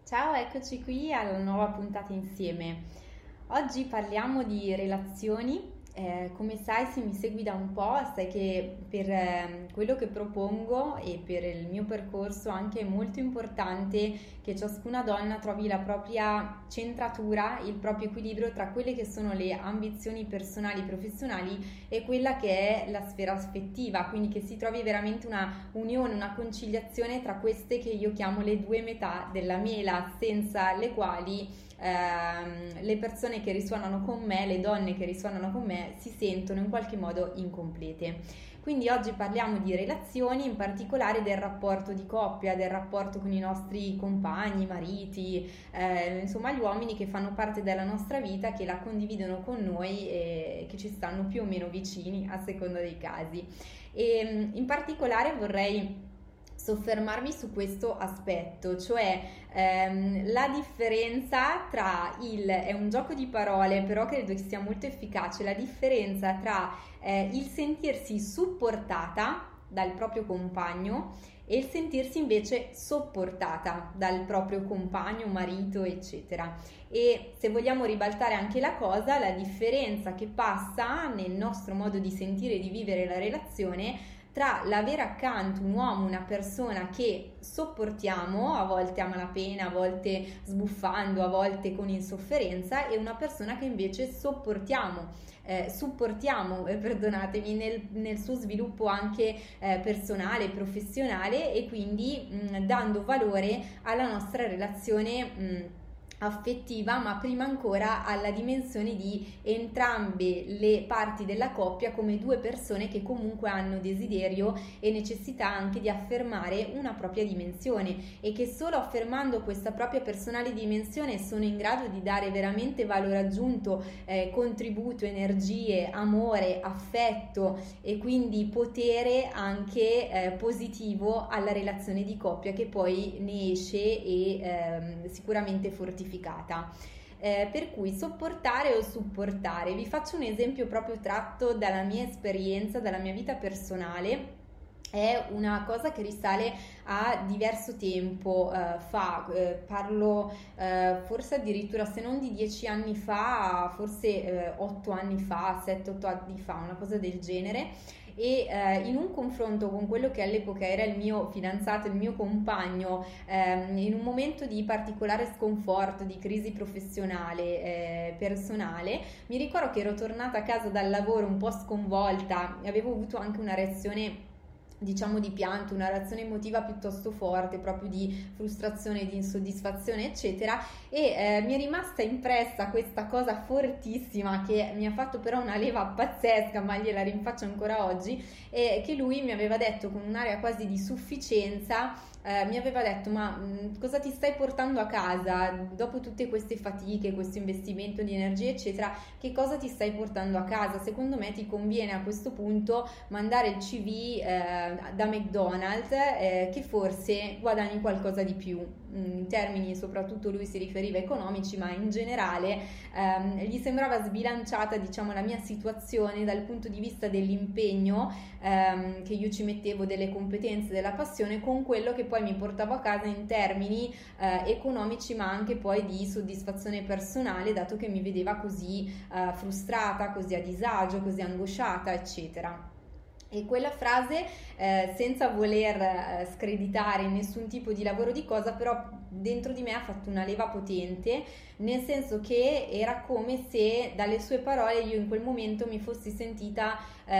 Ciao, eccoci qui alla nuova puntata insieme. Oggi parliamo di relazioni. Come sai, se mi segui da un po', sai che per quello che propongo e per il mio percorso anche è molto importante che ciascuna donna trovi la propria centratura, il proprio equilibrio tra quelle che sono le ambizioni personali e professionali e quella che è la sfera affettiva, quindi che si trovi veramente una unione, una conciliazione tra queste che io chiamo le due metà della mela, senza le quali le persone che risuonano con me, le donne che risuonano con me, si sentono in qualche modo incomplete. Quindi oggi parliamo di relazioni, in particolare del rapporto di coppia, del rapporto con i nostri compagni, mariti, insomma gli uomini che fanno parte della nostra vita, che la condividono con noi e che ci stanno più o meno vicini a seconda dei casi. E in particolare vorrei soffermarmi su questo aspetto, cioè la differenza tra è un gioco di parole, però credo che sia molto efficace, la differenza tra il sentirsi supportata dal proprio compagno e il sentirsi invece sopportata dal proprio compagno, marito, eccetera. E se vogliamo ribaltare anche la cosa, la differenza che passa nel nostro modo di sentire e di vivere la relazione tra l'avere accanto un uomo, una persona che sopportiamo, a volte a malapena, a volte sbuffando, a volte con insofferenza, e una persona che invece supportiamo, perdonatemi, nel suo sviluppo anche personale e professionale, e quindi dando valore alla nostra relazione affettiva, ma prima ancora alla dimensione di entrambe le parti della coppia come due persone che comunque hanno desiderio e necessità anche di affermare una propria dimensione, e che solo affermando questa propria personale dimensione sono in grado di dare veramente valore aggiunto, contributo, energie, amore, affetto e quindi potere anche positivo alla relazione di coppia, che poi ne esce e sicuramente fortificata. Per cui sopportare o supportare, vi faccio un esempio proprio tratto dalla mia esperienza, dalla mia vita personale. È una cosa che risale a diverso tempo fa, parlo forse addirittura, se non di 10 anni fa, forse 8 anni fa, 7-8 anni fa, una cosa del genere. E in un confronto con quello che all'epoca era il mio fidanzato, il mio compagno, in un momento di particolare sconforto, di crisi professionale, personale, mi ricordo che ero tornata a casa dal lavoro un po' sconvolta, avevo avuto anche una reazione, diciamo, di pianto, una reazione emotiva piuttosto forte, proprio di frustrazione, di insoddisfazione, eccetera, e mi è rimasta impressa questa cosa fortissima che mi ha fatto però una leva pazzesca, ma gliela rinfaccio ancora oggi, che lui mi aveva detto con un'aria quasi di sufficienza. Mi aveva detto: ma cosa ti stai portando a casa dopo tutte queste fatiche, questo investimento di energie, eccetera? Che cosa ti stai portando a casa? Secondo me ti conviene a questo punto mandare il CV da McDonald's, che forse guadagni qualcosa di più, in termini, soprattutto lui si riferiva economici, ma in generale gli sembrava sbilanciata, diciamo, la mia situazione dal punto di vista dell'impegno che io ci mettevo, delle competenze, della passione, con quello che poi mi portavo a casa in termini economici, ma anche poi di soddisfazione personale, dato che mi vedeva così frustrata, così a disagio, così angosciata, eccetera. E quella frase, senza voler screditare nessun tipo di lavoro di cosa, però dentro di me ha fatto una leva potente, nel senso che era come se dalle sue parole io in quel momento mi fossi sentita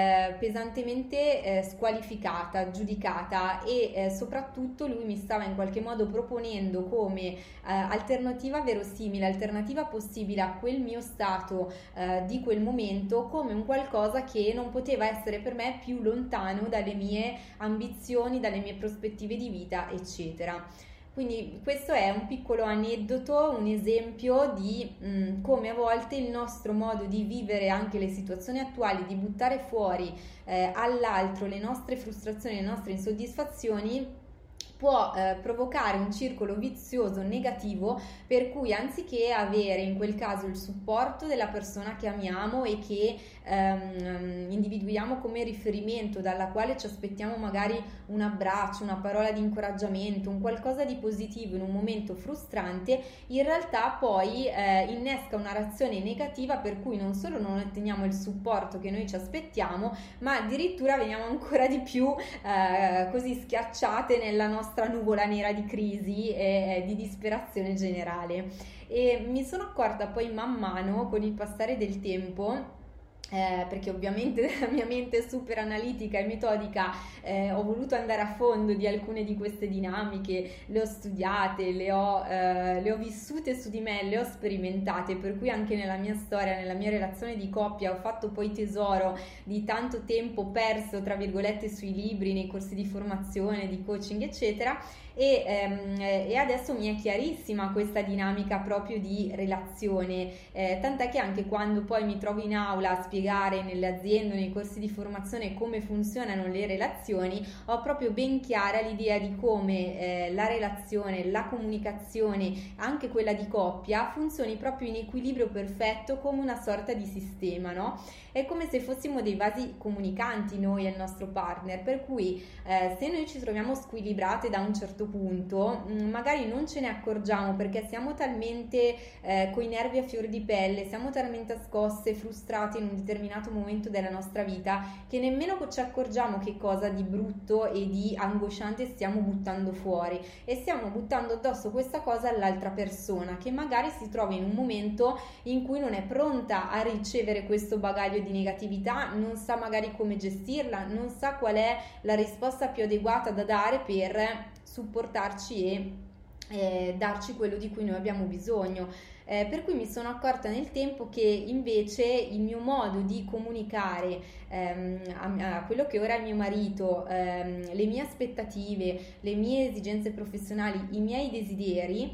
pesantemente squalificata, giudicata, e soprattutto lui mi stava in qualche modo proponendo come alternativa verosimile, alternativa possibile a quel mio stato di quel momento, come un qualcosa che non poteva essere per me più lontano dalle mie ambizioni, dalle mie prospettive di vita, eccetera. Quindi questo è un piccolo aneddoto, un esempio di come a volte il nostro modo di vivere anche le situazioni attuali, di buttare fuori all'altro le nostre frustrazioni, le nostre insoddisfazioni, può provocare un circolo vizioso negativo, per cui anziché avere in quel caso il supporto della persona che amiamo e che individuiamo come riferimento, dalla quale ci aspettiamo magari un abbraccio, una parola di incoraggiamento, un qualcosa di positivo in un momento frustrante, in realtà poi innesca una reazione negativa, per cui non solo non otteniamo il supporto che noi ci aspettiamo, ma addirittura veniamo ancora di più così schiacciate nella nostra nuvola nera di crisi e di disperazione generale. E mi sono accorta poi man mano, con il passare del tempo, perché ovviamente la mia mente super analitica e metodica, ho voluto andare a fondo di alcune di queste dinamiche, le ho studiate, le ho vissute su di me, le ho sperimentate, per cui anche nella mia storia, nella mia relazione di coppia ho fatto poi tesoro di tanto tempo perso, tra virgolette, sui libri, nei corsi di formazione, di coaching, eccetera. E adesso mi è chiarissima questa dinamica proprio di relazione, tant'è che anche quando poi mi trovo in aula a spiegare nelle aziende, nei corsi di formazione come funzionano le relazioni, ho proprio ben chiara l'idea di come la relazione, la comunicazione, anche quella di coppia, funzioni proprio in equilibrio perfetto, come una sorta di sistema, no? È come se fossimo dei vasi comunicanti noi e il nostro partner, per cui se noi ci troviamo squilibrate da un certo punto, magari non ce ne accorgiamo perché siamo talmente coi nervi a fior di pelle, siamo talmente scosse, frustrate in un determinato momento della nostra vita, che nemmeno ci accorgiamo che cosa di brutto e di angosciante stiamo buttando fuori, e stiamo buttando addosso questa cosa all'altra persona, che magari si trova in un momento in cui non è pronta a ricevere questo bagaglio di negatività, non sa magari come gestirla, non sa qual è la risposta più adeguata da dare per supportarci e darci quello di cui noi abbiamo bisogno. Per cui mi sono accorta nel tempo che invece il mio modo di comunicare a quello che ora è mio marito, le mie aspettative, le mie esigenze professionali, i miei desideri,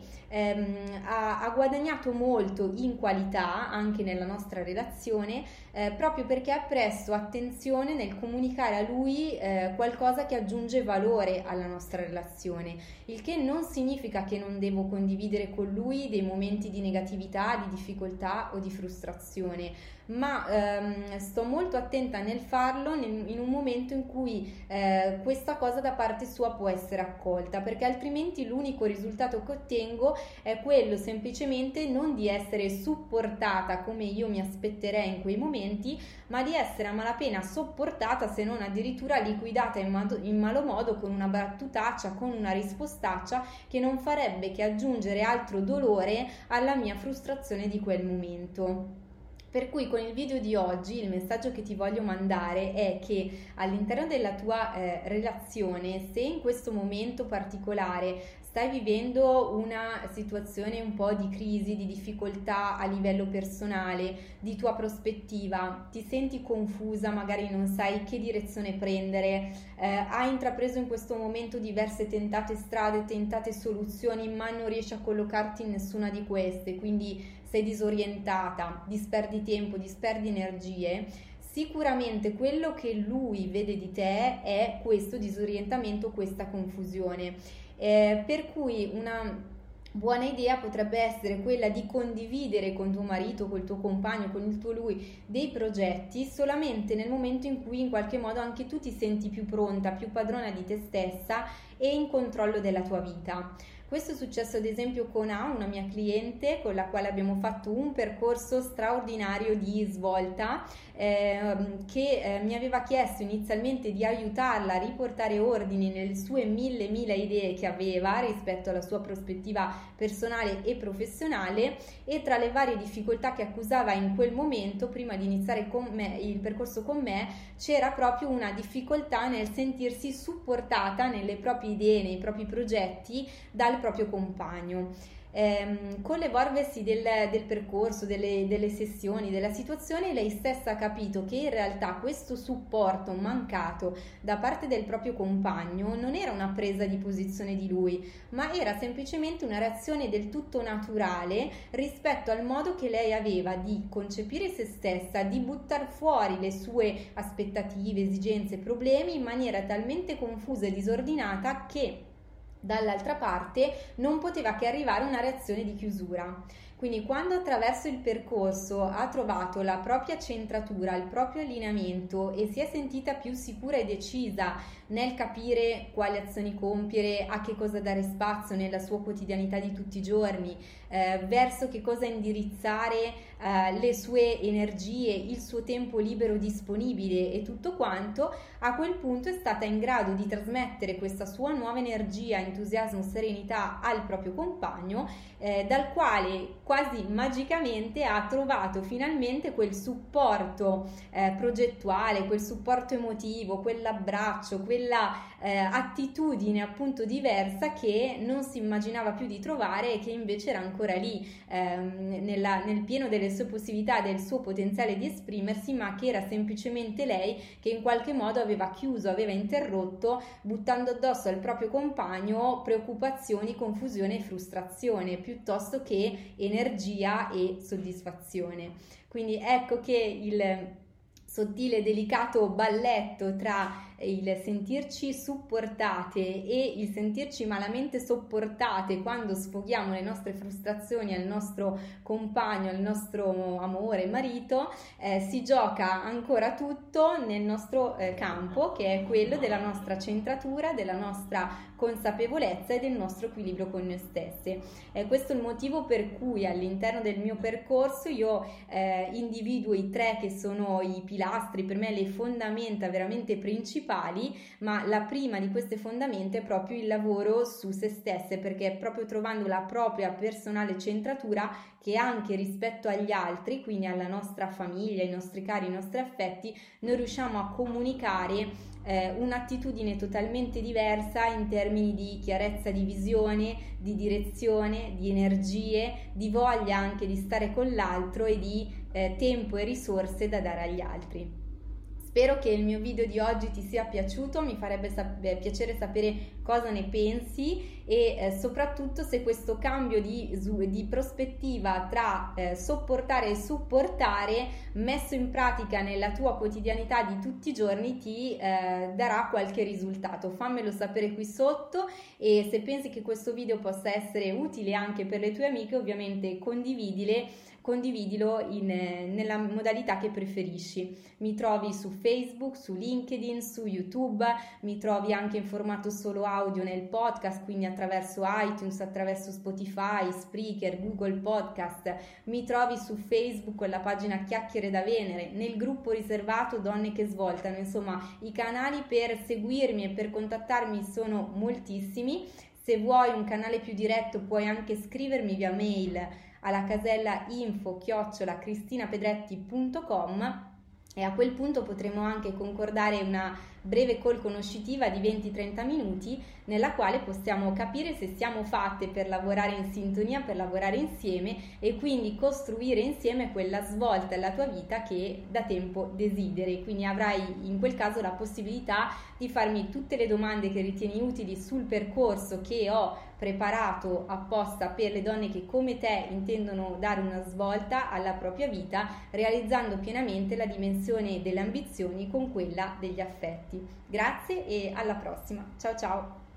ha guadagnato molto in qualità anche nella nostra relazione, proprio perché ha presto attenzione nel comunicare a lui qualcosa che aggiunge valore alla nostra relazione, il che non significa che non devo condividere con lui dei momenti di negatività, di difficoltà o di frustrazione, ma sto molto attenta nel farlo in un momento in cui questa cosa da parte sua può essere accolta, perché altrimenti l'unico risultato che ottengo è quello semplicemente non di essere supportata come io mi aspetterei in quei momenti, ma di essere a malapena sopportata, se non addirittura liquidata in malo modo, con una battutaccia, con una rispostaccia che non farebbe che aggiungere altro dolore alla mia frustrazione di quel momento. Per cui con il video di oggi il messaggio che ti voglio mandare è che all'interno della tua relazione, se in questo momento particolare stai vivendo una situazione un po' di crisi, di difficoltà a livello personale, di tua prospettiva, ti senti confusa, magari non sai che direzione prendere, hai intrapreso in questo momento diverse tentate strade, tentate soluzioni, ma non riesci a collocarti in nessuna di queste, quindi sei disorientata, disperdi tempo, disperdi energie, sicuramente quello che lui vede di te è questo disorientamento, questa confusione. Per cui una buona idea potrebbe essere quella di condividere con tuo marito, col tuo compagno, con il tuo lui dei progetti solamente nel momento in cui in qualche modo anche tu ti senti più pronta, più padrona di te stessa e in controllo della tua vita. Questo è successo ad esempio con una mia cliente con la quale abbiamo fatto un percorso straordinario di svolta, che mi aveva chiesto inizialmente di aiutarla a riportare ordini nelle sue mille idee che aveva rispetto alla sua prospettiva personale e professionale, e tra le varie difficoltà che accusava in quel momento, prima di iniziare con me, il percorso con me, c'era proprio una difficoltà nel sentirsi supportata nelle proprie idee, nei propri progetti dal proprio compagno. Con l'evolversi del percorso, delle sessioni, della situazione, lei stessa ha capito che in realtà questo supporto mancato da parte del proprio compagno non era una presa di posizione di lui, ma era semplicemente una reazione del tutto naturale rispetto al modo che lei aveva di concepire se stessa, di buttare fuori le sue aspettative, esigenze, problemi in maniera talmente confusa e disordinata che dall'altra parte non poteva che arrivare una reazione di chiusura. Quindi quando attraverso il percorso ha trovato la propria centratura, il proprio allineamento e si è sentita più sicura e decisa nel capire quali azioni compiere, a che cosa dare spazio nella sua quotidianità di tutti i giorni, verso che cosa indirizzare le sue energie, il suo tempo libero disponibile e tutto quanto, a quel punto è stata in grado di trasmettere questa sua nuova energia, entusiasmo, serenità al proprio compagno, dal quale quasi magicamente ha trovato finalmente quel supporto progettuale, quel supporto emotivo, quell'abbraccio, quella attitudine appunto diversa che non si immaginava più di trovare e che invece era ancora lì nel pieno delle sue possibilità, del suo potenziale di esprimersi, ma che era semplicemente lei che in qualche modo aveva chiuso, aveva interrotto, buttando addosso al proprio compagno preoccupazioni, confusione e frustrazione piuttosto che energia e soddisfazione. Quindi ecco che il sottile e delicato balletto tra il sentirci supportate e il sentirci malamente sopportate quando sfoghiamo le nostre frustrazioni al nostro compagno, al nostro amore, marito, si gioca ancora tutto nel nostro campo, che è quello della nostra centratura, della nostra consapevolezza e del nostro equilibrio con noi stesse. Questo è il motivo per cui all'interno del mio percorso io individuo i 3 che sono i pilastri, per me le fondamenta veramente principali, ma la prima di queste fondamenta è proprio il lavoro su se stesse, perché è proprio trovando la propria personale centratura che anche rispetto agli altri, quindi alla nostra famiglia, ai nostri cari, ai nostri affetti, noi riusciamo a comunicare un'attitudine totalmente diversa in termini di chiarezza di visione, di direzione, di energie, di voglia anche di stare con l'altro e di tempo e risorse da dare agli altri. Spero che il mio video di oggi ti sia piaciuto, mi farebbe piacere sapere cosa ne pensi e soprattutto se questo cambio di prospettiva tra sopportare e supportare messo in pratica nella tua quotidianità di tutti i giorni ti darà qualche risultato. Fammelo sapere qui sotto e se pensi che questo video possa essere utile anche per le tue amiche, ovviamente condividilo nella modalità che preferisci. Mi trovi su Facebook, su LinkedIn, su YouTube, mi trovi anche in formato solo audio nel podcast, quindi attraverso iTunes, attraverso Spotify, Spreaker, Google Podcast, mi trovi su Facebook con la pagina Chiacchiere da Venere, nel gruppo riservato Donne che svoltano, insomma i canali per seguirmi e per contattarmi sono moltissimi. Se vuoi un canale più diretto puoi anche scrivermi via mail alla casella info@cristinapedretti.com e a quel punto potremo anche concordare una breve call conoscitiva di 20-30 minuti nella quale possiamo capire se siamo fatte per lavorare in sintonia, per lavorare insieme e quindi costruire insieme quella svolta nella tua vita che da tempo desideri. Quindi avrai in quel caso la possibilità di farmi tutte le domande che ritieni utili sul percorso che ho preparato apposta per le donne che come te intendono dare una svolta alla propria vita, realizzando pienamente la dimensione delle ambizioni con quella degli affetti. Grazie e alla prossima. Ciao ciao!